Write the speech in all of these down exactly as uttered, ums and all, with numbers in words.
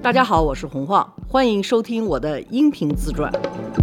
大家好，我是洪晃，欢迎收听我的音频自传。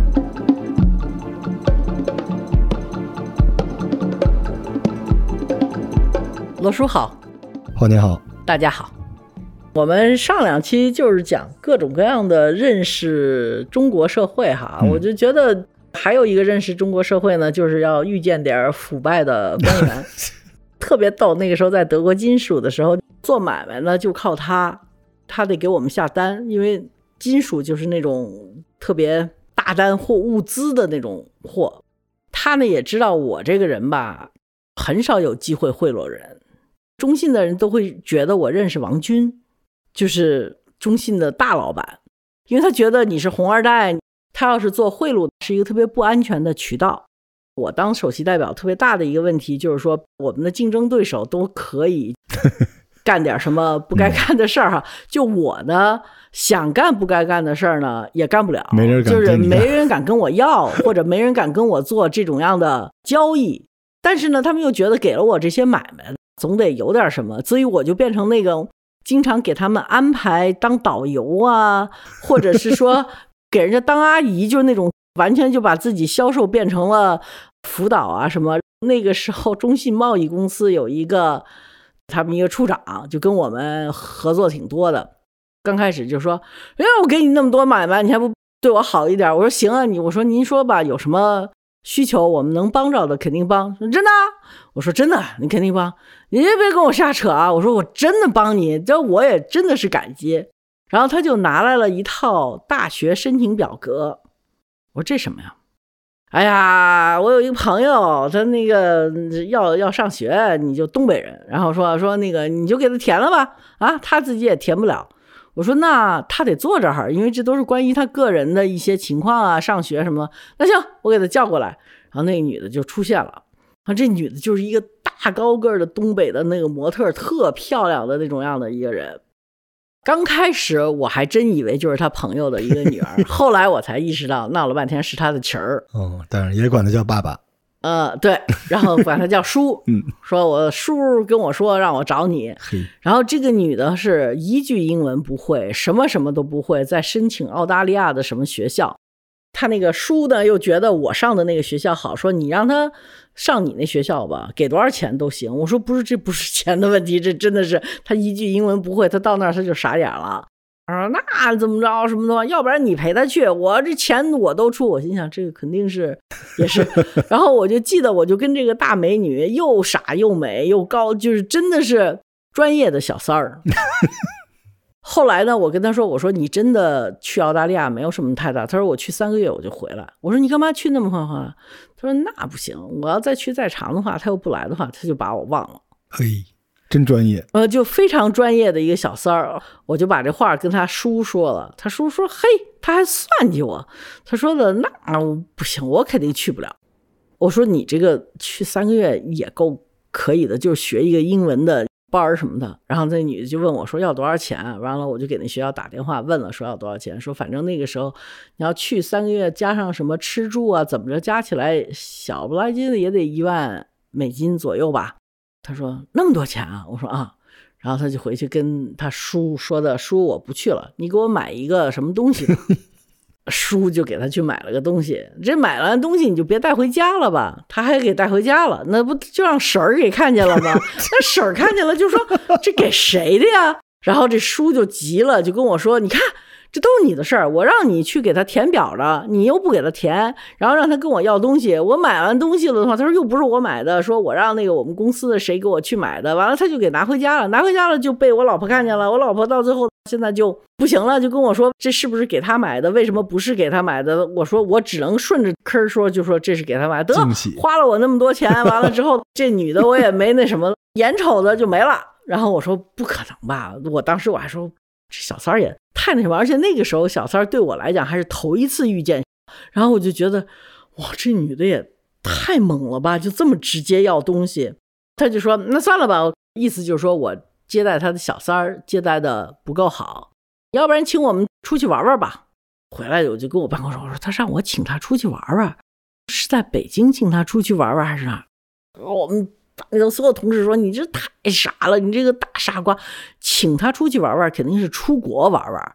罗叔好。 晃您好。 大家好。我们上两期就是讲各种各样的认识中国社会哈、嗯、我就觉得还有一个认识中国社会呢，就是要遇见点腐败的官员特别逗，那个时候在德国金属的时候做买卖呢就靠他，他得给我们下单，因为金属就是那种特别大单货物资的那种货，他呢也知道我这个人吧很少有机会贿赂人，中信的人都会觉得我认识王军，就是中信的大老板，因为他觉得你是红二代，他要是做贿赂是一个特别不安全的渠道。我当首席代表特别大的一个问题就是说，我们的竞争对手都可以干点什么不该干的事儿哈，就我呢想干不该干的事儿呢也干不了， 没人敢就是没人敢跟我要，或者没人敢跟我做这种样的交易。但是呢，他们又觉得给了我这些买卖，总得有点什么，所以我就变成那个经常给他们安排当导游啊，或者是说给人家当阿姨，就是那种完全就把自己销售变成了辅导啊什么。那个时候中信贸易公司有一个他们一个处长就跟我们合作挺多的，刚开始就说哎，我给你那么多买卖你还不对我好一点，我说行啊，你我说您说吧，有什么需求我们能帮着的肯定帮。真的？我说真的，你肯定帮，你别跟我瞎扯啊，我说我真的帮你，这我也真的是感激。然后他就拿来了一套大学申请表格，我说这什么呀？哎呀，我有一个朋友他那个要要上学，你就东北人，然后说说那个你就给他填了吧，啊他自己也填不了。我说那他得坐这儿，因为这都是关于他个人的一些情况啊，上学什么。那行，我给他叫过来。然后那个女的就出现了，啊，这女的就是一个大高个的东北的那个模特，特漂亮的那种样的一个人。刚开始我还真以为就是他朋友的一个女儿，后来我才意识到闹了半天是他的妻儿。 哦，当然也管他叫爸爸。 呃，对，然后管他叫叔，嗯，说我叔跟我说让我找你，然后这个女的是一句英文不会，什么什么都不会，在申请澳大利亚的什么学校。他那个叔呢又觉得我上的那个学校好，说你让他上你那学校吧，给多少钱都行。我说不是，这不是钱的问题，这真的是他一句英文不会，他到那儿他就傻眼了。他说那怎么着什么的，要不然你陪他去，我这钱我都出。我心想这个肯定是也是然后我就记得我就跟这个大美女又傻又美又高，就是真的是专业的小三儿后来呢我跟他说，我说你真的去澳大利亚没有什么太大，他说我去三个月我就回来。我说你干嘛去那么快回来？他说那不行，我要再去再长的话，他又不来的话他就把我忘了。 嘿，真专业。 呃，就非常专业的一个小三儿。我就把这话跟他叔说了，他叔说嘿，他还算计我，他说的那不行，我肯定去不了。我说你这个去三个月也够可以的，就是学一个英文的班什么的。然后那女的就问我说要多少钱，完了我就给那学校打电话问了，说要多少钱，说反正那个时候你要去三个月加上什么吃住啊怎么着加起来小不拉几的也得一万美金左右吧。他说那么多钱啊？我说啊。然后他就回去跟他叔说的，叔我不去了，你给我买一个什么东西吧叔就给他去买了个东西，这买了东西你就别带回家了吧，他还给带回家了，那不就让婶儿给看见了吗？那婶儿看见了就说这给谁的呀？然后这叔就急了，就跟我说你看这都是你的事儿，我让你去给他填表了，你又不给他填，然后让他跟我要东西，我买完东西了的话，他说又不是我买的，说我让那个我们公司的谁给我去买的，完了他就给拿回家了，拿回家了就被我老婆看见了，我老婆到最后现在就不行了，就跟我说这是不是给他买的，为什么不是给他买的？我说我只能顺着坑说，就说这是给他买的，得花了我那么多钱，完了之后这女的我也没那什么，眼瞅着就没了。然后我说不可能吧，我当时我还说这小三儿也太那什么，而且那个时候小三儿对我来讲还是头一次遇见，然后我就觉得哇，这女的也太猛了吧，就这么直接要东西。他就说那算了吧，意思就是说我接待他的小三儿接待的不够好，要不然请我们出去玩玩吧。回来我就跟我办公室我说他让我请他出去玩玩，是在北京请他出去玩玩还是哪？我们所有同事说你这太傻了，你这个大傻瓜，请他出去玩玩肯定是出国玩玩，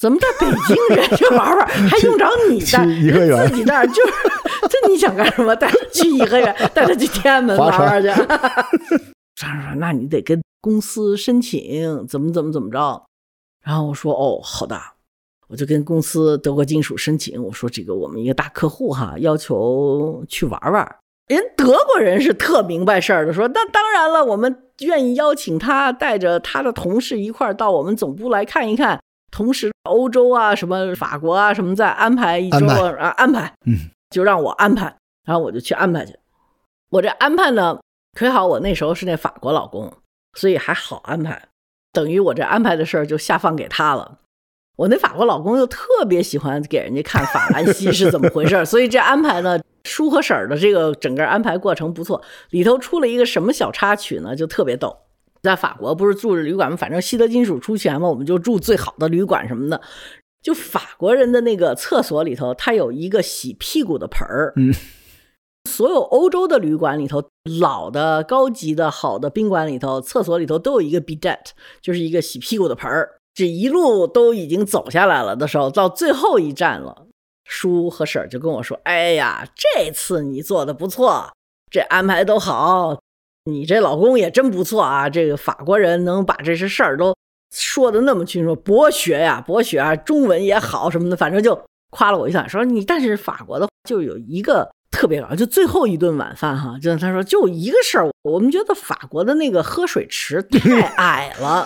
怎么带北京人去玩玩，还用着你带？ 颐和园自己带就是这你想干什么？带他去颐和园，带他去天安门玩玩去。张说：“那你得跟公司申请，怎么怎么怎么着。”然后我说：“哦，好的。”我就跟公司德国金属申请，我说：“这个我们一个大客户哈，要求去玩玩。”人德国人是特明白事儿的，说那当然了，我们愿意邀请他带着他的同事一块儿到我们总部来看一看，同时欧洲啊什么法国啊什么再安排一周安排啊安排， 嗯， 就让我安排，然后我就去安排去。我这安排呢，可好我那时候是那法国老公，所以还好安排，等于我这安排的事儿就下放给他了。我那法国老公又特别喜欢给人家看法兰西是怎么回事，所以这安排呢，叔和婶儿的这个整个安排过程不错。里头出了一个什么小插曲呢，就特别逗。在法国不是住着旅馆吗？反正西德金属出钱嘛，我们就住最好的旅馆什么的。就法国人的那个厕所里头，它有一个洗屁股的盆儿。 嗯， 所有欧洲的旅馆里头，老的、高级的、好的宾馆里头，厕所里头都有一个 bidet， 就是一个洗屁股的盆儿。这一路都已经走下来了的时候，到最后一站了，叔和婶儿就跟我说：“哎呀，这次你做的不错，这安排都好，你这老公也真不错啊！这个法国人能把这些事儿都说的那么清楚，博学呀，博学啊，中文也好什么的，反正就夸了我一下，说你但是法国的就有一个特别搞，就最后一顿晚饭哈，就他说就一个事儿，我们觉得法国的那个喝水池太矮了。”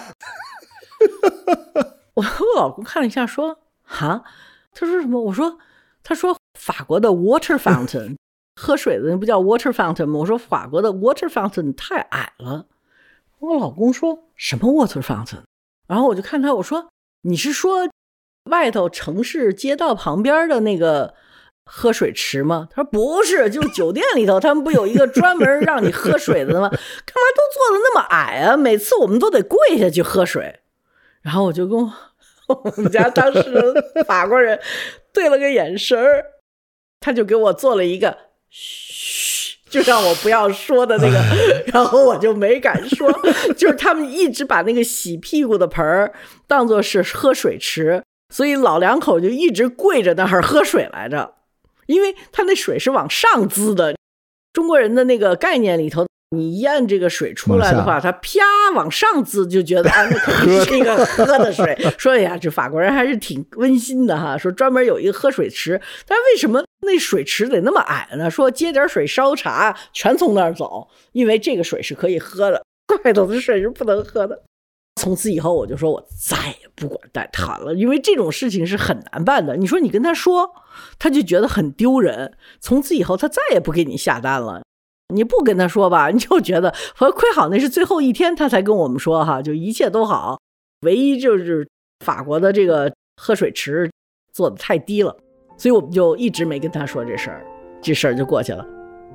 我我老公看了一下说哈，他说什么？我说他说法国的 water fountain 喝水的那不叫 water fountain 吗？我说法国的 water fountain 太矮了。我老公说什么 water fountain？ 然后我就看他，我说你是说外头城市街道旁边的那个喝水池吗？他说不是，就是酒店里头他们不有一个专门让你喝水的吗？干嘛都做的那么矮啊？每次我们都得跪下去喝水。然后我就跟 我, 我们家当时的法国人对了个眼神儿，他就给我做了一个嘘，就让我不要说的那个，然后我就没敢说。就是他们一直把那个洗屁股的盆儿当作是喝水池，所以老两口就一直跪着那儿喝水来着，因为他那水是往上滋的。中国人的那个概念里头，你一按这个水出来的话，它啪往上滋，就觉得啊，那肯定是一个喝的水。说呀，这法国人还是挺温馨的哈，说专门有一个喝水池，但为什么那水池得那么矮呢？说接点水烧茶全从那儿走，因为这个水是可以喝的，外头的水是不能喝的。从此以后我就说我再也不管带他了，因为这种事情是很难办的。你说你跟他说，他就觉得很丢人，从此以后他再也不给你下单了。你不跟他说吧，你就觉得和亏好那是最后一天他才跟我们说哈，就一切都好，唯一就是法国的这个喝水池做的太低了，所以我们就一直没跟他说这事儿，这事儿就过去了。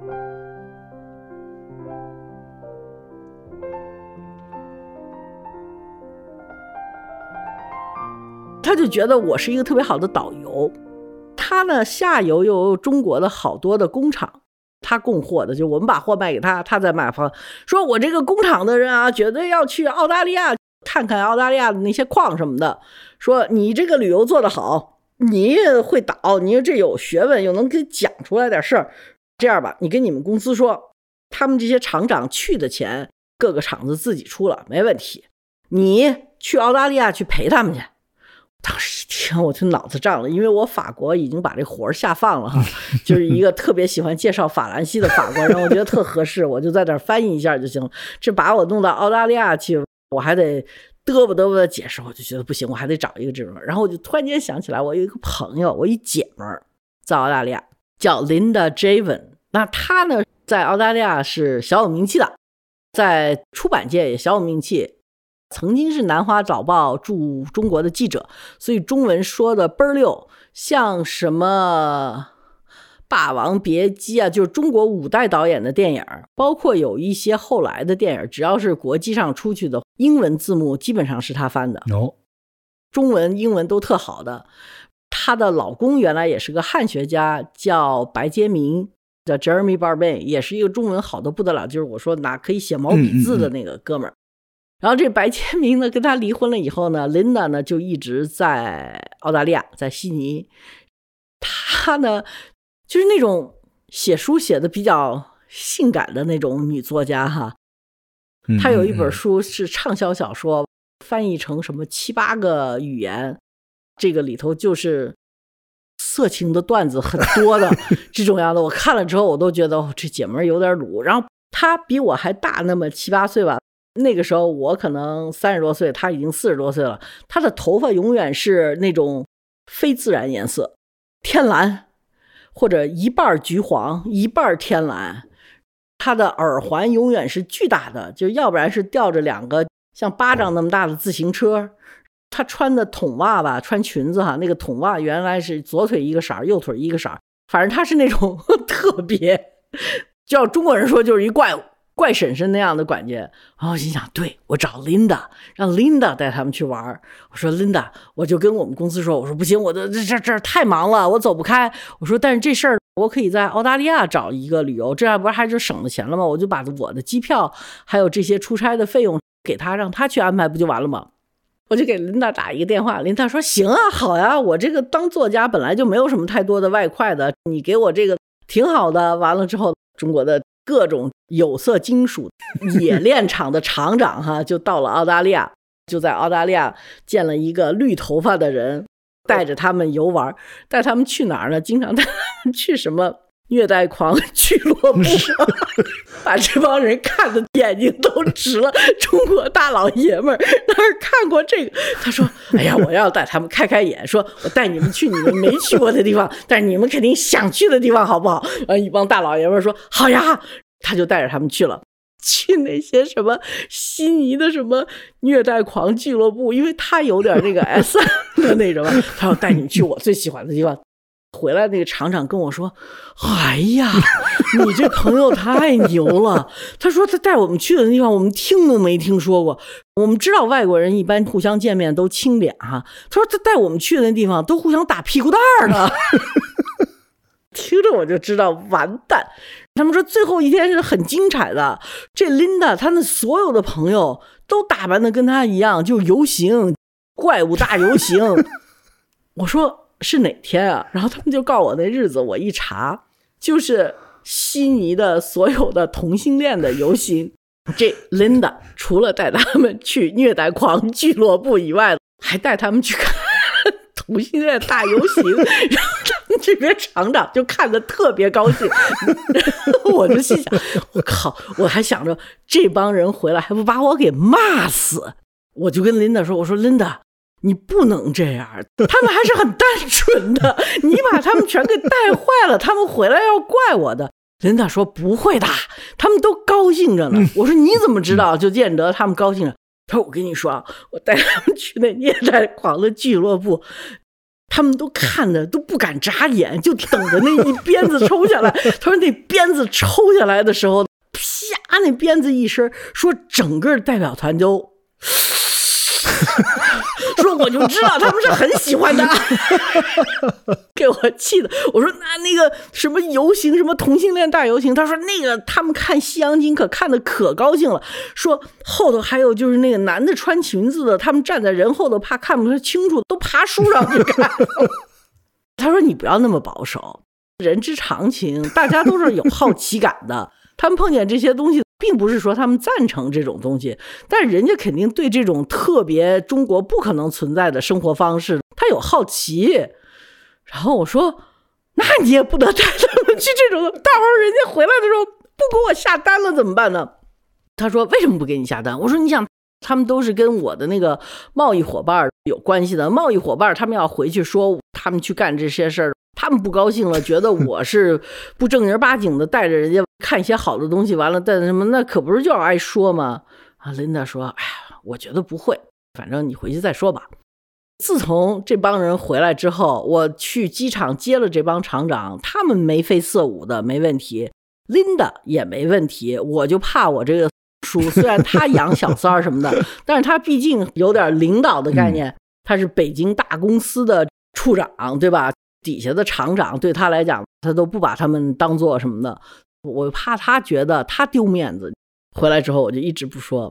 他就觉得我是一个特别好的导游，他呢下游有中国的好多的工厂，他供货的，就我们把货卖给他，他再卖方。说我这个工厂的人啊，绝对要去澳大利亚看看澳大利亚的那些矿什么的。说你这个旅游做得好，你也会导，你这有学问，又能给讲出来点事儿。这样吧，你跟你们公司说，他们这些厂长去的钱，各个厂子自己出了，没问题。你去澳大利亚去陪他们去。当时一听我就脑子胀了，因为我法国已经把这活儿下放了哈，就是一个特别喜欢介绍法兰西的法国人，我觉得特合适，我就在这儿翻译一下就行了。这把我弄到澳大利亚去，我还得嘚啵嘚啵的解释，我就觉得不行，我还得找一个这种人。然后我就突然间想起来，我有一个朋友，我一姐们儿在澳大利亚叫 Linda Javen， 那她呢在澳大利亚是小有名气的，在出版界也小有名气。曾经是南华早报驻中国的记者，所以中文说的倍儿溜，像什么霸王别姬啊，就是中国五代导演的电影，包括有一些后来的电影，只要是国际上出去的英文字幕基本上是他翻的、 哦、 中文英文都特好的。她的老公原来也是个汉学家，叫白洁明，叫 Jeremy Barbet， 也是一个中文好的不得了，就是我说拿可以写毛笔字的那个哥们儿、嗯嗯然后这白千明呢跟他离婚了以后呢 Linda 呢就一直在澳大利亚，在悉尼。她呢就是那种写书写的比较性感的那种女作家哈。她有一本书是畅销小说，翻译成什么七八个语言，这个里头就是色情的段子很多的这种样的。我看了之后我都觉得、哦、这姐们有点鲁。然后她比我还大那么七八岁吧，那个时候我可能三十多岁，她已经四十多岁了。她的头发永远是那种非自然颜色，天蓝或者一半橘黄一半天蓝。她的耳环永远是巨大的，就要不然是吊着两个像巴掌那么大的自行车。她穿的筒袜吧，穿裙子哈，那个筒袜原来是左腿一个色右腿一个色，反正她是那种特别，叫中国人说就是一怪物怪婶婶那样的感觉。然后我心想，对，我找 Linda， 让 Linda 带他们去玩。我说 Linda， 我就跟我们公司说，我说不行，我的这这这太忙了，我走不开。我说但是这事儿我可以在澳大利亚找一个旅游，这样不是还是省了钱了吗？我就把我的机票还有这些出差的费用给他，让他去安排不就完了吗？我就给琳达打一个电话，琳达说行啊，好呀，我这个当作家本来就没有什么太多的外快的，你给我这个挺好的。完了之后，中国的各种有色金属冶炼厂的厂长哈，就到了澳大利亚，就在澳大利亚见了一个绿头发的人，带着他们游玩。带他们去哪儿呢？经常带他们去什么虐待狂俱乐部，把这帮人看的眼睛都直了。中国大老爷们儿哪儿看过这个？他说哎呀，我要带他们开开眼，说我带你们去你们没去过的地方，但是你们肯定想去的地方好不好？然后一帮大老爷们儿说好呀，他就带着他们去了，去那些什么悉尼的什么虐待狂俱乐部，因为他有点那个 S M 的那种，他要带你去我最喜欢的地方。回来那个厂长跟我说，哎呀，你这朋友太牛了。他说他带我们去的地方我们听都没听说过，我们知道外国人一般互相见面都亲脸哈，他说他带我们去的地方都互相打屁股蛋儿的。听着我就知道完蛋。他们说最后一天是很精彩的，这 Linda 她的所有的朋友都打扮的跟她一样，就游行，怪物大游行。我说是哪天啊？然后他们就告诉我那日子，我一查就是悉尼的所有的同性恋的游行。这 Linda 除了带他们去虐待狂俱乐部以外，还带他们去看同性恋大游行，然后他们这边厂长就看得特别高兴。我就心想我靠，我还想着这帮人回来还不把我给骂死。我就跟 Linda 说，我说 Linda你不能这样，他们还是很单纯的，你把他们全给带坏了，他们回来要怪我的。Linda 说不会的，他们都高兴着呢。我说你怎么知道？就见得他们高兴着。他说我跟你说啊，我带他们去那虐待狂的俱乐部，他们都看的都不敢眨眼，就等着那一鞭子抽下来。他说那鞭子抽下来的时候，啪，那鞭子一声，说整个代表团都说我就知道他们是很喜欢的。给我气的。我说那那个什么游行，什么同性恋大游行，他说那个他们看西洋景可看的可高兴了，说后头还有就是那个男的穿裙子的，他们站在人后头怕看不清楚，都爬树上去看。他说你不要那么保守，人之常情，大家都是有好奇感的。他们碰见这些东西并不是说他们赞成这种东西，但是人家肯定对这种特别中国不可能存在的生活方式他有好奇。然后我说那你也不能带他们去这种，到时候人家回来的时候不给我下单了怎么办呢？他说为什么不给你下单？我说你想他们都是跟我的那个贸易伙伴有关系的，贸易伙伴他们要回去说他们去干这些事儿，他们不高兴了，觉得我是不正儿八经的带着人家看一些好的东西，完了带什么，那可不是就要挨说吗？啊，琳达说哎呀，我觉得不会，反正你回去再说吧。自从这帮人回来之后，我去机场接了这帮厂长，他们眉飞色舞的没问题，琳达也没问题。我就怕我这个叔，虽然他养小三儿什么的，但是他毕竟有点领导的概念，他是北京大公司的处长，对吧？底下的厂长对他来讲，他都不把他们当做什么的。我怕他觉得他丢面子。回来之后我就一直不说。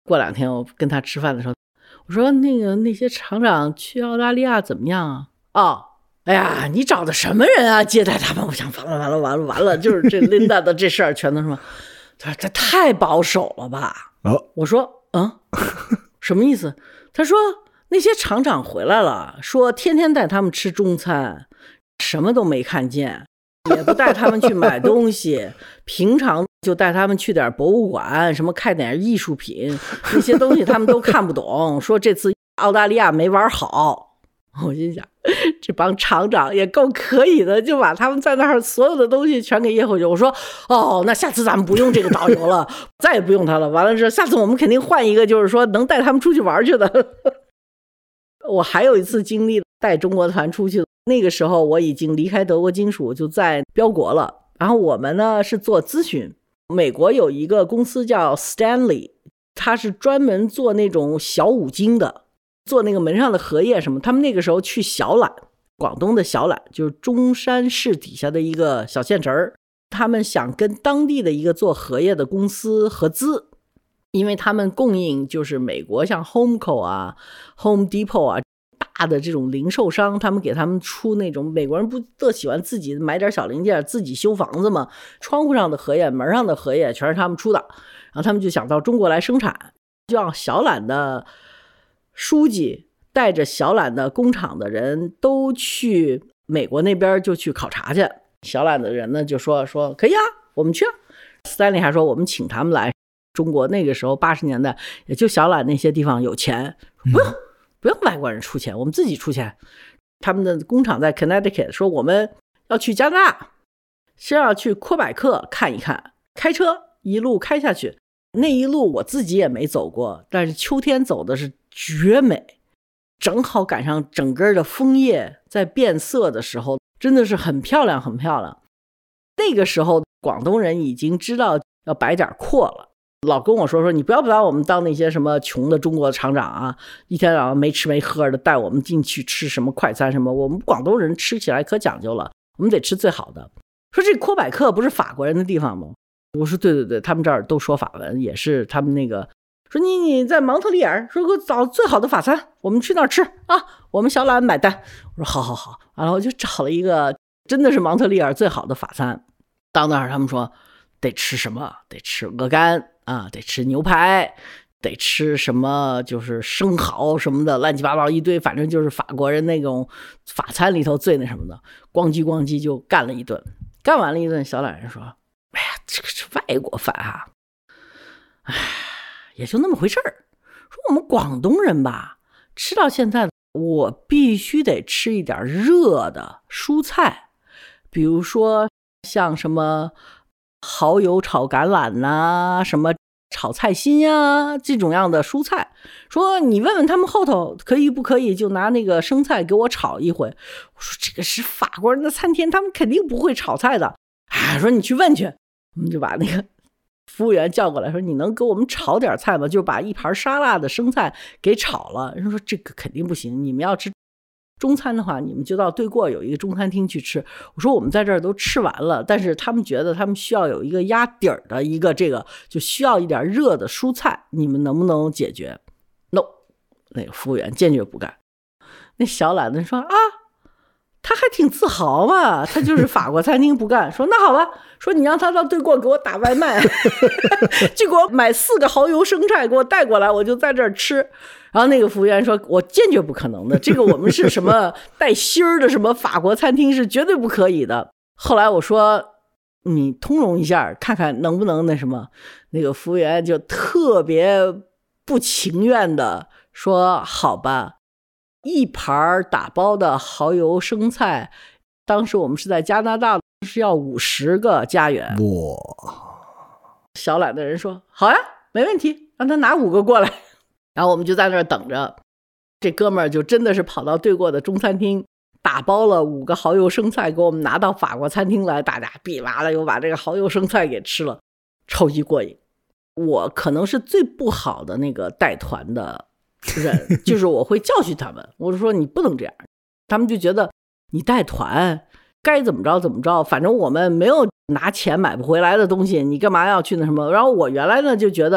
过两天我跟他吃饭的时候，我说那个那些厂长去澳大利亚怎么样啊？哦，哎呀，你找的什么人啊？接待他们？我想完了完了完了完了，就是这琳达的这事儿全都是什么？他说这太保守了吧？ 哦， 我说嗯，什么意思？他说那些厂长回来了，说天天带他们吃中餐，什么都没看见，也不带他们去买东西，平常就带他们去点博物馆，什么看点艺术品，那些东西他们都看不懂，说这次澳大利亚没玩好。我心想这帮厂长也够可以的，就把他们在那儿所有的东西全给噎回去。我说哦，那下次咱们不用这个导游了，再也不用他了。完了之后下次我们肯定换一个，就是说能带他们出去玩去的。我还有一次经历带中国团出去，那个时候我已经离开德国金属，就在标国了。然后我们呢是做咨询，美国有一个公司叫 Stanley， 它是专门做那种小五金的，做那个门上的荷叶什么。他们那个时候去小榄，广东的小榄就是中山市底下的一个小县城，他们想跟当地的一个做荷叶的公司合资，因为他们供应就是美国像 Homeco 啊 Home Depot 啊大的这种零售商，他们给他们出那种，美国人不特喜欢自己买点小零件自己修房子吗？窗户上的荷叶门上的荷叶全是他们出的，然后他们就想到中国来生产，就让小榄的书记带着小榄的工厂的人都去美国那边就去考察去。小榄的人呢就说说可以啊，我们去啊。Stanley 还说我们请他们来中国，那个时候八十年代也就小榄那些地方有钱，不用不用外国人出钱，我们自己出钱。他们的工厂在 Connecticut， 说我们要去加拿大，先要去魁北克看一看，开车一路开下去。那一路我自己也没走过，但是秋天走的是绝美，正好赶上整个的枫叶在变色的时候，真的是很漂亮很漂亮。那个时候广东人已经知道要摆点阔了，老跟我说说你不要把我们当那些什么穷的中国厂长啊，一天早上没吃没喝的带我们进去吃什么快餐什么，我们广东人吃起来可讲究了，我们得吃最好的。说这魁北克不是法国人的地方吗？我说对对对，他们这儿都说法文，也是他们那个。说你你在蒙特利尔，说给我找最好的法餐，我们去那儿吃啊，我们小榄买单。我说好好好，然后我就找了一个真的是蒙特利尔最好的法餐。到那儿他们说得吃什么？得吃鹅肝啊，得吃牛排，得吃什么就是生蚝什么的，乱七八糟一堆，反正就是法国人那种法餐里头最那什么的，咣叽咣叽就干了一顿。干完了一顿，小榄人说哎呀，这个是外国饭啊，哎，也就那么回事儿。说我们广东人吧，吃到现在我必须得吃一点热的蔬菜，比如说像什么蚝油炒橄榄呐、啊，什么炒菜心啊，这种样的蔬菜。说你问问他们后头可以不可以就拿那个生菜给我炒一回。我说这个是法国人的餐厅，他们肯定不会炒菜的。哎，说你去问去。我们就把那个服务员叫过来说你能给我们炒点菜吗？就把一盘沙拉的生菜给炒了。人说这个肯定不行，你们要吃中餐的话你们就到对过有一个中餐厅去吃。我说我们在这儿都吃完了，但是他们觉得他们需要有一个压底儿的一个这个，就需要一点热的蔬菜，你们能不能解决？ No， 那个服务员坚决不干。那小懒子说啊，他还挺自豪嘛，他就是法国餐厅不干。说那好吧，说你让他到对过给我打外卖就给我买四个蚝油生菜给我带过来，我就在这儿吃。然后那个服务员说我坚决不可能的，这个我们是什么带芯儿的什么法国餐厅是绝对不可以的。后来我说你通融一下看看能不能那什么，那个服务员就特别不情愿的说好吧，一盘打包的蚝油生菜，当时我们是在加拿大，是要五十个加元。 哇！ 小懒的人说好呀，没问题，让他拿五个过来。然后我们就在那儿等着，这哥们儿就真的是跑到对过的中餐厅，打包了五个蚝油生菜给我们拿到法国餐厅来，大家哔哇的又把这个蚝油生菜给吃了，超级过瘾。我可能是最不好的那个带团的人，就是我会教训他们，我就说你不能这样。他们就觉得你带团该怎么着怎么着，反正我们没有拿钱买不回来的东西，你干嘛要去那什么。然后我原来呢就觉得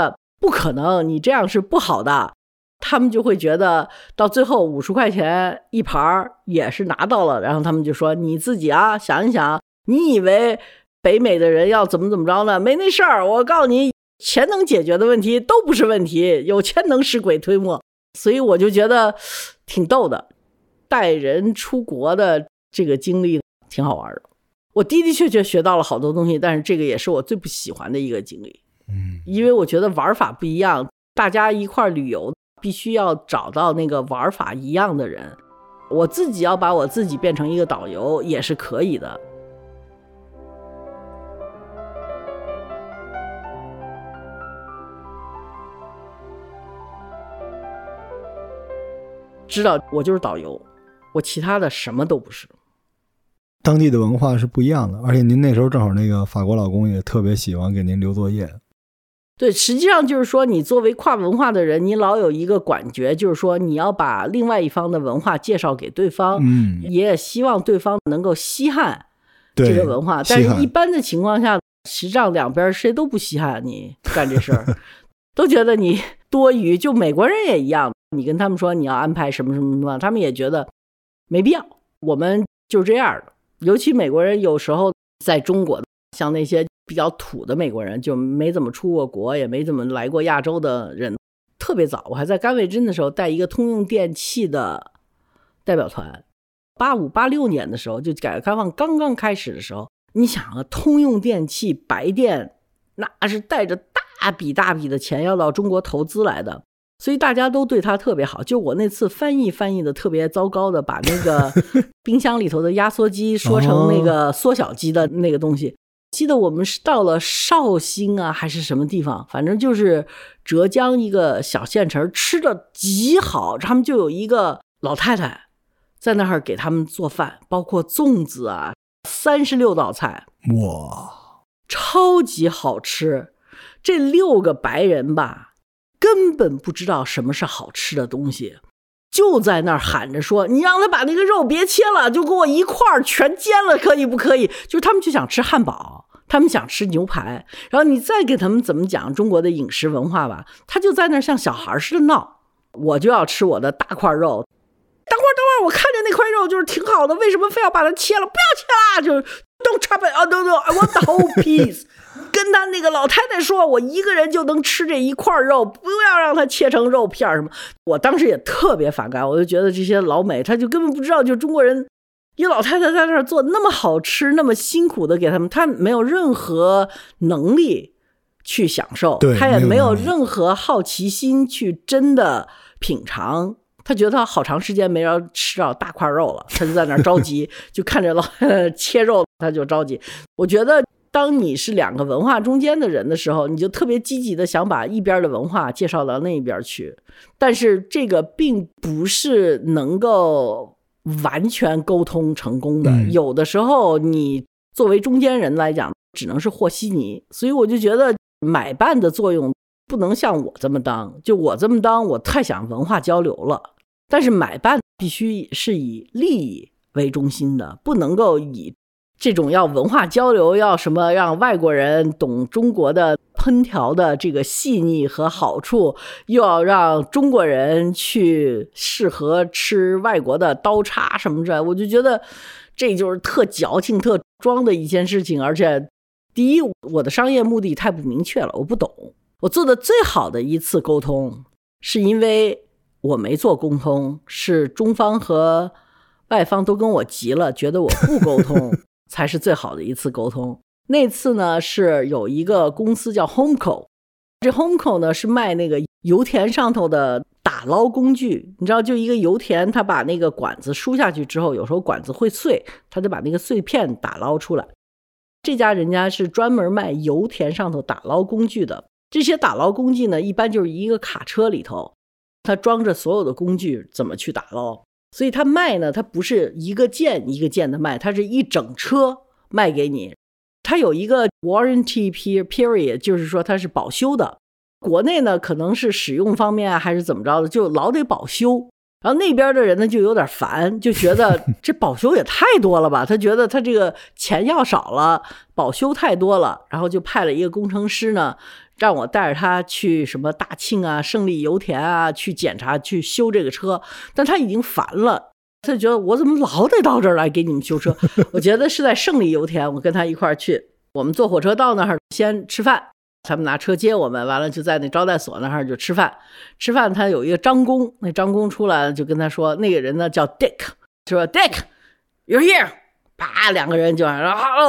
不可能，你这样是不好的。他们就会觉得到最后五十块钱一盘也是拿到了，然后他们就说你自己啊想一想，你以为北美的人要怎么怎么着呢？没那事儿，我告诉你，钱能解决的问题都不是问题，有钱能使鬼推磨。所以我就觉得挺逗的，带人出国的这个经历挺好玩的。我的的确确学到了好多东西，但是这个也是我最不喜欢的一个经历。 嗯， 因为我觉得玩法不一样，大家一块旅游必须要找到那个玩法一样的人。我自己要把我自己变成一个导游也是可以的。知道我就是导游，我其他的什么都不是。 当地的文化是不一样的，而且您那时候正好那个法国老公也特别喜欢给您留作业。 对，实际上就是说你作为跨文化的人，你老有一个感觉，就是说你要把另外一方的文化介绍给对方， 嗯， 也希望对方能够稀罕这个文化。但是一般的情况下，实际上两边谁都不稀罕你干这事儿都觉得你多余。就美国人也一样，你跟他们说你要安排什么什么什么，他们也觉得没必要。我们就是这样的，尤其美国人有时候在中国，像那些比较土的美国人，就没怎么出过国，也没怎么来过亚洲的人，特别早，我还在甘味珍的时候带一个通用电气的代表团，八五八六年的时候，就改革开放刚刚开始的时候，你想啊，通用电气白电那是带着大笔大笔的钱要到中国投资来的，所以大家都对他特别好。就我那次翻译翻译的特别糟糕的，把那个冰箱里头的压缩机说成那个缩小机的那个东西。记得我们是到了绍兴啊还是什么地方，反正就是浙江一个小县城，吃的极好。他们就有一个老太太在那儿给他们做饭，包括粽子啊，三十六道菜， 哇， 超级好吃。这六个白人吧，根本不知道什么是好吃的东西，就在那儿喊着说，你让他把那个肉别切了，就给我一块儿全煎了，可以不可以？就是他们就想吃汉堡，他们想吃牛排，然后你再给他们怎么讲中国的饮食文化吧，他就在那儿像小孩似的闹，我就要吃我的大块肉。等会儿等会儿，我看着那块肉就是挺好的，为什么非要把它切了？不要切啦，就是 don't chop it, oh no no, I want the whole piece 跟他那个老太太说，我一个人就能吃这一块肉，不要让它切成肉片什么。我当时也特别反感，我就觉得这些老美他就根本不知道，就中国人一老太太在那儿做那么好吃，那么辛苦的给他们，他没有任何能力去享受，他也没有任何好奇心去真的品尝。他觉得他好长时间没人吃到大块肉了，他就在那儿着急就看着老切肉他就着急。我觉得当你是两个文化中间的人的时候，你就特别积极的想把一边的文化介绍到那一边去，但是这个并不是能够完全沟通成功的、嗯、有的时候你作为中间人来讲只能是和稀泥。所以我就觉得买办的作用不能像我这么当，就我这么当我太想文化交流了，但是买办必须是以利益为中心的，不能够以这种要文化交流，要什么让外国人懂中国的烹调的这个细腻和好处，又要让中国人去适合吃外国的刀叉什么的。我就觉得这就是特矫情特装的一件事情。而且第一，我的商业目的太不明确了，我不懂。我做的最好的一次沟通是因为我没做沟通，是中方和外方都跟我急了，觉得我不沟通才是最好的一次沟通。那次呢是有一个公司叫 Homeco， 这 Homeco 呢是卖那个油田上头的打捞工具。你知道就一个油田，他把那个管子输下去之后，有时候管子会碎，他就把那个碎片打捞出来。这家人家是专门卖油田上头打捞工具的。这些打捞工具呢一般就是一个卡车里头，它装着所有的工具怎么去打捞。所以它卖呢，它不是一个件一个件的卖，它是一整车卖给你。它有一个 warranty period， 就是说它是保修的。国内呢可能是使用方面还是怎么着的，就老得保修。 然后那边的人呢就有点烦，就觉得这保修也太多了吧，他觉得他这个钱要少了，保修太多了，然后就派了一个工程师呢，让我带着他去什么大庆啊、胜利油田啊去检查去修这个车，但他已经烦了，他就觉得我怎么老得到这儿来给你们修车。我觉得是在胜利油田，我跟他一块儿去，我们坐火车到那儿先吃饭，他们拿车接我们，完了就在那招待所那儿就吃饭。吃饭他有一个张工，那张工出来就跟他说，那个人呢叫 Dick， 说 Dick you're here， 啪，两个人就说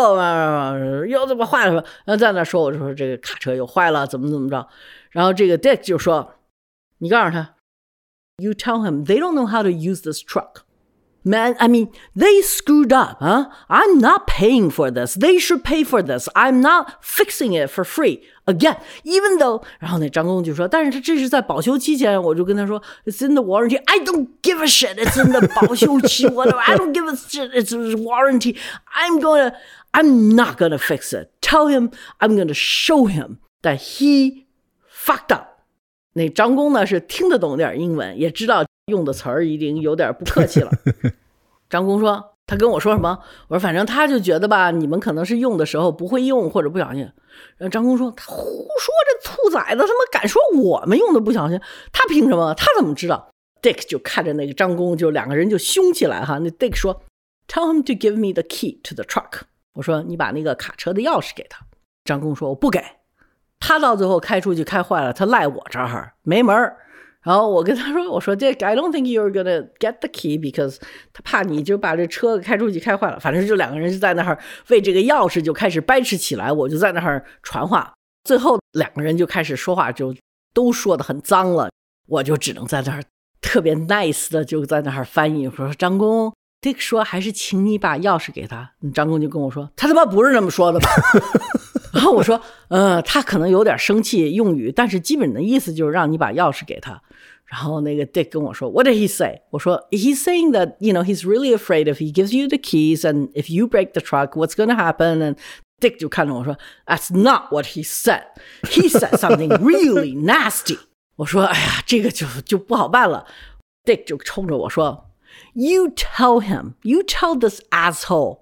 hello 又怎么坏了，然后在那说，我就说这个卡车又坏了，怎么怎么着。然后这个 Dick 就说，你告诉他 you tell him they don't know how to use this truck。Man, I mean, they screwed up, huh? I'm not paying for this. They should pay for this. I'm not fixing it for free. Again, even though, 然后那张工就说，但是他这是在保修期间，我就跟他说 It's in the warranty. I don't give a shit. It's in the 保修期 whatever. I don't give a shit. It's warranty. I'm gonna, I'm not gonna fix it. Tell him I'm gonna show him that he fucked up. 那张工呢是听得懂点英文，也知道用的词儿已经有点不客气了。张工说，他跟我说什么？我说反正他就觉得吧，你们可能是用的时候不会用或者不小心。然后张工说，他胡说，这兔崽子他妈敢说我们用的不小心，他凭什么？他怎么知道？ Dick 就看着那个张工，就两个人就凶起来哈。那 Dick 说 Tell him to give me the key to the truck。 我说你把那个卡车的钥匙给他。张工说我不给。他到最后开出去开坏了，他赖我这儿没门儿。然后我跟他说，我说 Dick, I don't think you're gonna get the key because 他怕你就把这车开出去开坏了。反正就两个人就在那儿为这个钥匙就开始掰扯起来，我就在那儿传话。最后两个人就开始说话，就都说得很脏了，我就只能在那儿特别 nice 的就在那儿翻译，说张工 Dick 说还是请你把钥匙给他。张工就跟我说，他他妈不是那么说的吧。然后我说呃，他可能有点生气用语，但是基本的意思就是让你把钥匙给他。然后那个 Dick 跟我说 What did he say？ 我说 He's saying that, you know, he's really afraid if he gives you the keys and if you break the truck, what's going to happen? And Dick 就看着我说 That's not what he said. He said something really nasty. 我说哎呀，这个就就不好办了。Dick 就冲着我说 You tell him, you tell this asshole,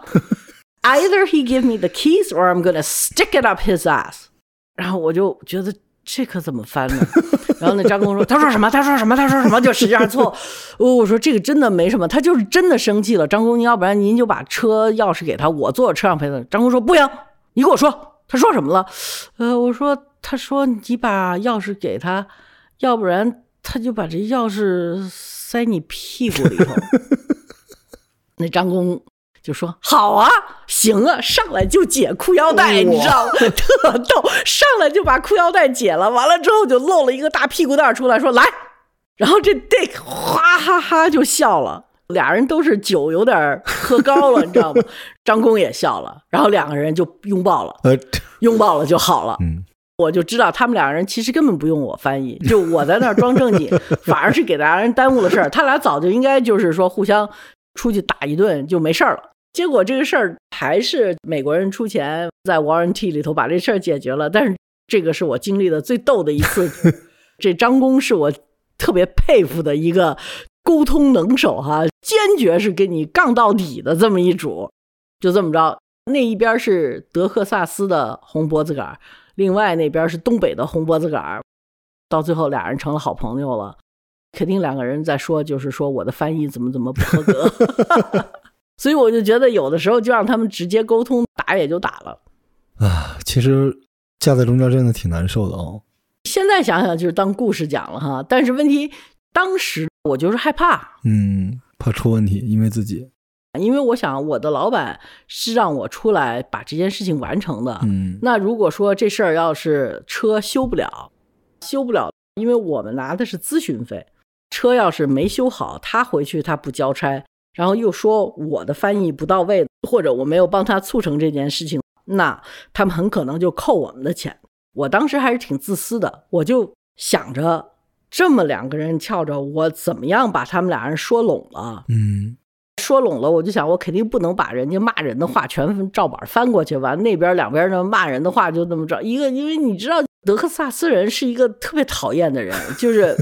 huh?Either he give me the keys or I'm gonna stick it up his ass。 然后我就觉得这可怎么翻呢？然后那张工说他说什么他说什么他说什么就使劲错。我说这个真的没什么，他就是真的生气了。张工，要不然您就把车钥匙给他，我坐车上陪他。张工说不行，你给我说他说什么了。呃，我说他说你把钥匙给他，要不然他就把这钥匙塞你屁股里头。那张工就说好啊行啊，上来就解裤腰带，你知道吗？特逗，上来就把裤腰带解了，完了之后就露了一个大屁股蛋出来，说来。然后这 Dick 哗哈哈就笑了，俩人都是酒有点喝高了，你知道吗？张工也笑了，然后两个人就拥抱了，拥抱了就好了。嗯，我就知道他们两个人其实根本不用我翻译，就我在那儿装正经，反而是给俩人耽误了事儿。他俩早就应该就是说互相出去打一顿就没事了。结果这个事儿还是美国人出钱在 warranty 里头把这事儿解决了，但是这个是我经历的最逗的一次。这张工是我特别佩服的一个沟通能手哈，坚决是跟你杠到底的这么一主。就这么着，那一边是德克萨斯的红脖子杆，另外那边是东北的红脖子杆，到最后俩人成了好朋友了。肯定两个人在说，就是说我的翻译怎么怎么不合格。所以我就觉得有的时候就让他们直接沟通，打也就打了啊。其实夹在中间真的挺难受的哦。 现在想想就是当故事讲了哈，但是问题当时我就是害怕， 嗯，怕出问题，因为自己， 因为我想我的老板是让我出来把这件事情完成的， 嗯， 那如果说这事儿要是车修不了，修不了，因为我们拿的是咨询费，车要是没修好，他回去他不交差。然后又说我的翻译不到位，或者我没有帮他促成这件事情，那他们很可能就扣我们的钱。我当时还是挺自私的，我就想着这么两个人翘着，我怎么样把他们俩人说拢了。 嗯， 说拢了，我就想我肯定不能把人家骂人的话全照板翻过去，完那边两边的骂人的话就那么着一个。因为你知道德克萨斯人是一个特别讨厌的人，就是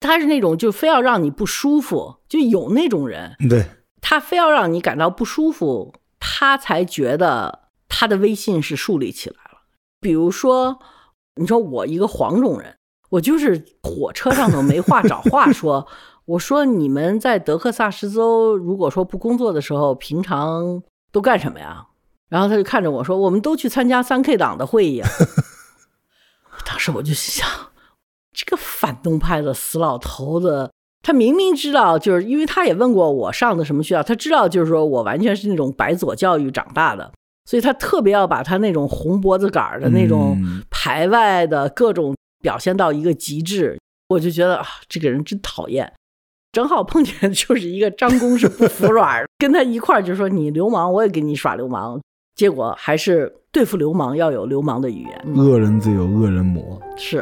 他是那种就非要让你不舒服，就有那种人， 对， 他非要让你感到不舒服，他才觉得他的威信是树立起来了。比如说，你说我一个黄种人，我就是火车上头没话找话说，我说你们在德克萨斯州如果说不工作的时候，平常都干什么呀？然后他就看着我说，我们都去参加 三 K 党的会议啊。当时我就想，这个反动派的死老头子，他明明知道，就是因为他也问过我上的什么学校，他知道就是说我完全是那种白左教育长大的，所以他特别要把他那种红脖子杆的那种排外的各种表现到一个极致。我就觉得啊，这个人真讨厌。正好碰见就是一个张公是不服软，跟他一块儿就说你流氓，我也给你耍流氓。结果还是对付流氓要有流氓的语言， 恶人自有恶人磨。 是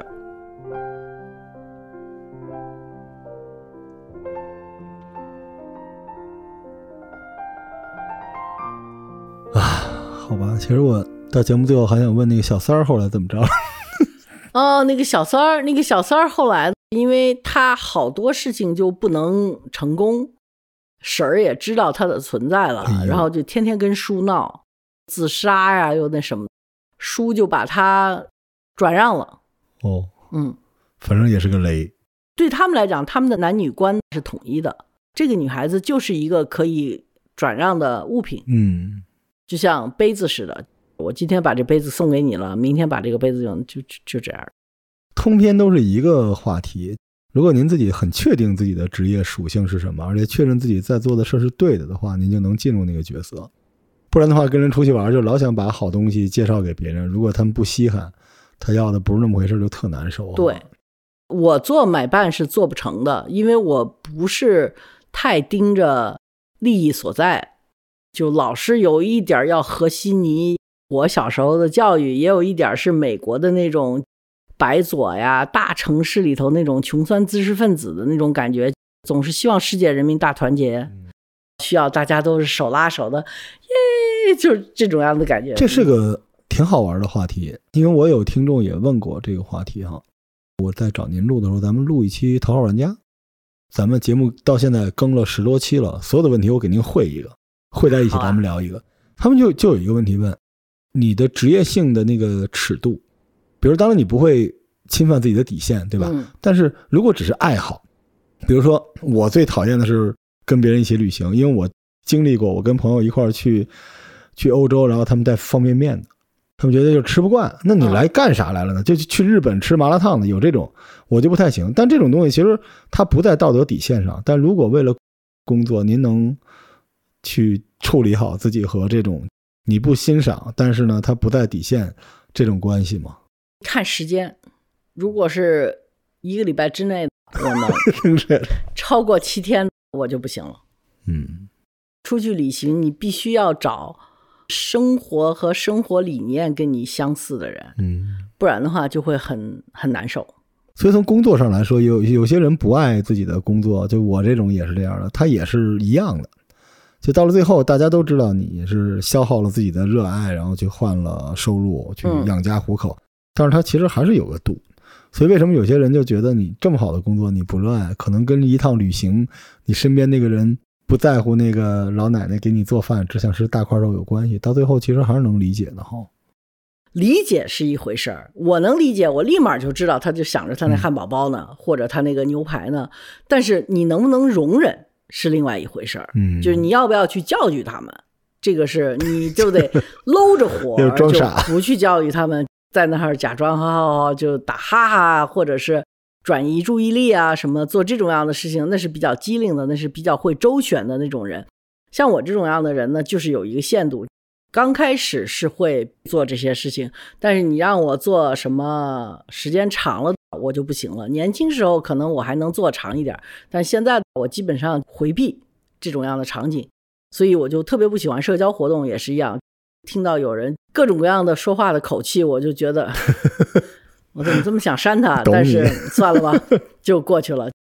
啊，好吧，其实我到节目最后还想问那个小三儿后来怎么着了。 哦，那个小三儿，那个小三儿后来因为他好多事情就不能成功，婶儿也知道他的存在了，哎、然后就天天跟叔闹，自杀呀、啊，又那什么，叔就把他转让了。 哦， 嗯， 反正也是个雷。 对他们来讲，他们的男女观是统一的，这个女孩子就是一个可以转让的物品。 嗯， 就像杯子似的，我今天把这杯子送给你了，明天把这个杯子用，就就就这样。 通篇都是一个话题。如果您自己很确定自己的职业属性是什么，而且确认自己在做的事是对的的话，您就能进入那个角色。不然的话，跟人出去玩就老想把好东西介绍给别人，如果他们不稀罕，他要的不是那么回事，就特难受。 对，我做买办是做不成的，因为我不是太盯着利益所在，就老是有一点要和稀泥。我小时候的教育也有一点是美国的那种白左呀，大城市里头那种穷酸知识分子的那种感觉，总是希望世界人民大团结，需要大家都是手拉手的，耶，就是这种样的感觉。 这是个挺好玩的话题，因为我有听众也问过这个话题哈。我在找您录的时候，咱们录一期头号玩家，咱们节目到现在更了十多期了，所有的问题我给您会一个，会在一起咱们聊一个。啊、他们就就有一个问题问，你的职业性的那个尺度，比如当然你不会侵犯自己的底线，对吧？嗯、但是如果只是爱好，比如说我最讨厌的是跟别人一起旅行，因为我经历过，我跟朋友一块儿去去欧洲，然后他们带方便面的，他们觉得就吃不惯，那你来干啥来了呢？就去日本吃麻辣烫的，有这种我就不太行。但这种东西其实它不在道德底线上，但如果为了工作，您能去处理好自己和这种你不欣赏，但是呢它不在底线这种关系吗？ 看时间，如果是一个礼拜之内我能超过七天我就不行了。 嗯， 出去旅行你必须要找生活和生活理念跟你相似的人， 嗯， 不然的话就会很很难受。 所以从工作上来说，有有些人不爱自己的工作，就我这种也是这样的，他也是一样的。就到了最后，大家都知道你是消耗了自己的热爱，然后去换了收入，去养家糊口。嗯、但是他其实还是有个度。所以为什么有些人就觉得你这么好的工作你不热爱，可能跟一趟旅行，你身边那个人不在乎那个老奶奶给你做饭，只想吃大块肉有关系，到最后其实还是能理解的哈。 理解是一回事儿，我能理解，我立马就知道他就想着他那汉堡包呢、嗯、或者他那个牛排呢，但是你能不能容忍是另外一回事儿。嗯，就是你要不要去教育他们，这个是你就得搂着火就不去教育他们，在那儿假装好好好就打哈哈，或者是转移注意力啊什么，做这种样的事情，那是比较机灵的，那是比较会周旋的那种人。像我这种样的人呢，就是有一个限度，刚开始是会做这些事情，但是你让我做什么时间长了我就不行了。年轻时候可能我还能做长一点，但现在我基本上回避这种样的场景，所以我就特别不喜欢社交活动也是一样，听到有人各种各样的说话的口气，我就觉得我怎么这么想扇他，但是算了吧，就过去了。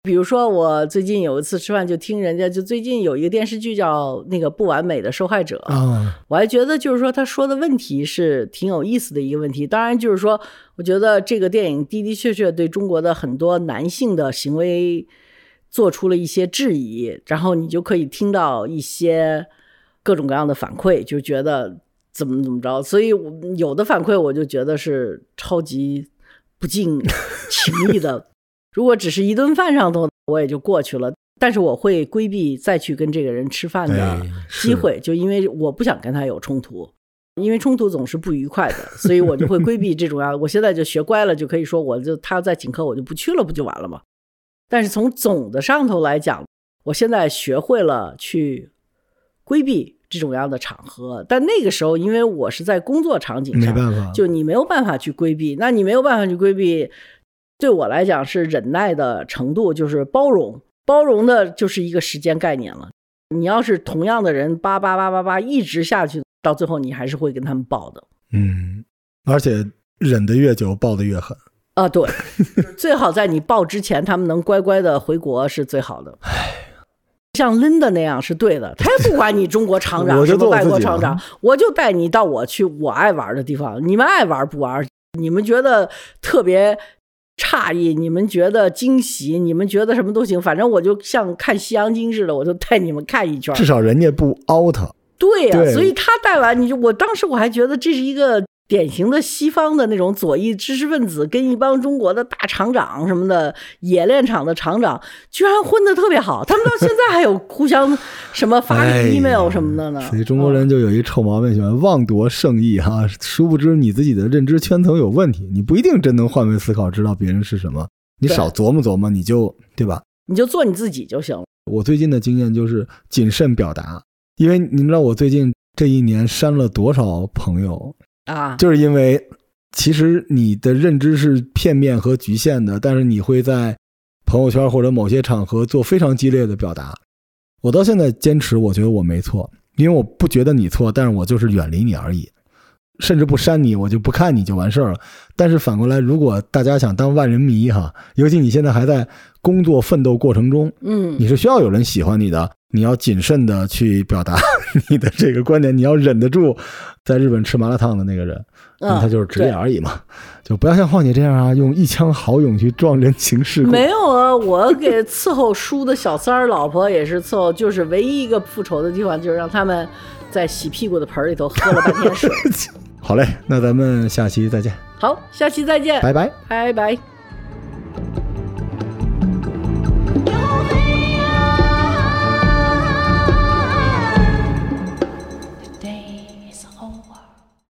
比如说我最近有一次吃饭就听人家，就最近有一个电视剧叫那个不完美的受害者、哦、我还觉得就是说他说的问题是挺有意思的一个问题。当然就是说我觉得这个电影的的确确对中国的很多男性的行为做出了一些质疑，然后你就可以听到一些各种各样的反馈，就觉得怎么怎么着。所以有的反馈我就觉得是超级不近情义的如果只是一顿饭上头我也就过去了，但是我会规避再去跟这个人吃饭的机会、哎、就因为我不想跟他有冲突，因为冲突总是不愉快的，所以我就会规避这种样我现在就学乖了，就可以说我就他再请客我就不去了，不就完了吗？但是从总的上头来讲，我现在学会了去规避这种样的场合，但那个时候因为我是在工作场景上， 没办法， 就你没有办法去规避，那你没有办法去规避，对我来讲是忍耐的程度，就是包容，包容的就是一个时间概念了。你要是同样的人叭叭叭叭叭一直下去，到最后你还是会跟他们爆的。 嗯，而且忍得越久爆得越狠啊，对最好在你爆之前他们能乖乖的回国是最好的。像 Linda 那样是对的，他也不管你中国厂长什么外国厂长，我就带你到我去我爱玩的地方，你们爱玩不玩，你们觉得特别诧异，你们觉得惊喜，你们觉得什么都行，反正我就像看西洋镜似的，我就带你们看一圈， 至少人家不 out。 对呀、啊，所以他带完你就，我当时我还觉得这是一个典型的西方的那种左翼知识分子跟一帮中国的大厂长什么的冶炼厂的厂长居然混得特别好，他们到现在还有互相什么发个 email 什么的呢、哎、 所以中国人就有一臭毛病，喜欢妄夺圣意哈，殊不知你自己的认知圈层有问题，你不一定真能换位思考知道别人是什么，你少琢磨琢磨，你就对吧， 你就做你自己就行了。 我最近的经验就是谨慎表达，因为你知道我最近这一年删了多少朋友啊， 就是因为其实你的认知是片面和局限的，但是你会在朋友圈或者某些场合做非常激烈的表达。我到现在坚持我觉得我没错，因为我不觉得你错，但是我就是远离你而已，甚至不删你，我就不看你就完事儿了。但是反过来，如果大家想当万人迷哈，尤其你现在还在工作奋斗过程中， 嗯， 你是需要有人喜欢你的，你要谨慎的去表达你的这个观点，你要忍得住在日本吃麻辣烫的那个人，嗯、他就是职业而已嘛，就不要像晃姐这样啊，用一腔豪勇去撞人情世故。 没有啊，我给伺候叔的小三儿老婆也是伺候，就是唯一一个复仇的地方就是让他们在洗屁股的盆里头喝了半天水。 好嘞，那咱们下期再见。 好，下期再见， 拜拜， 拜拜。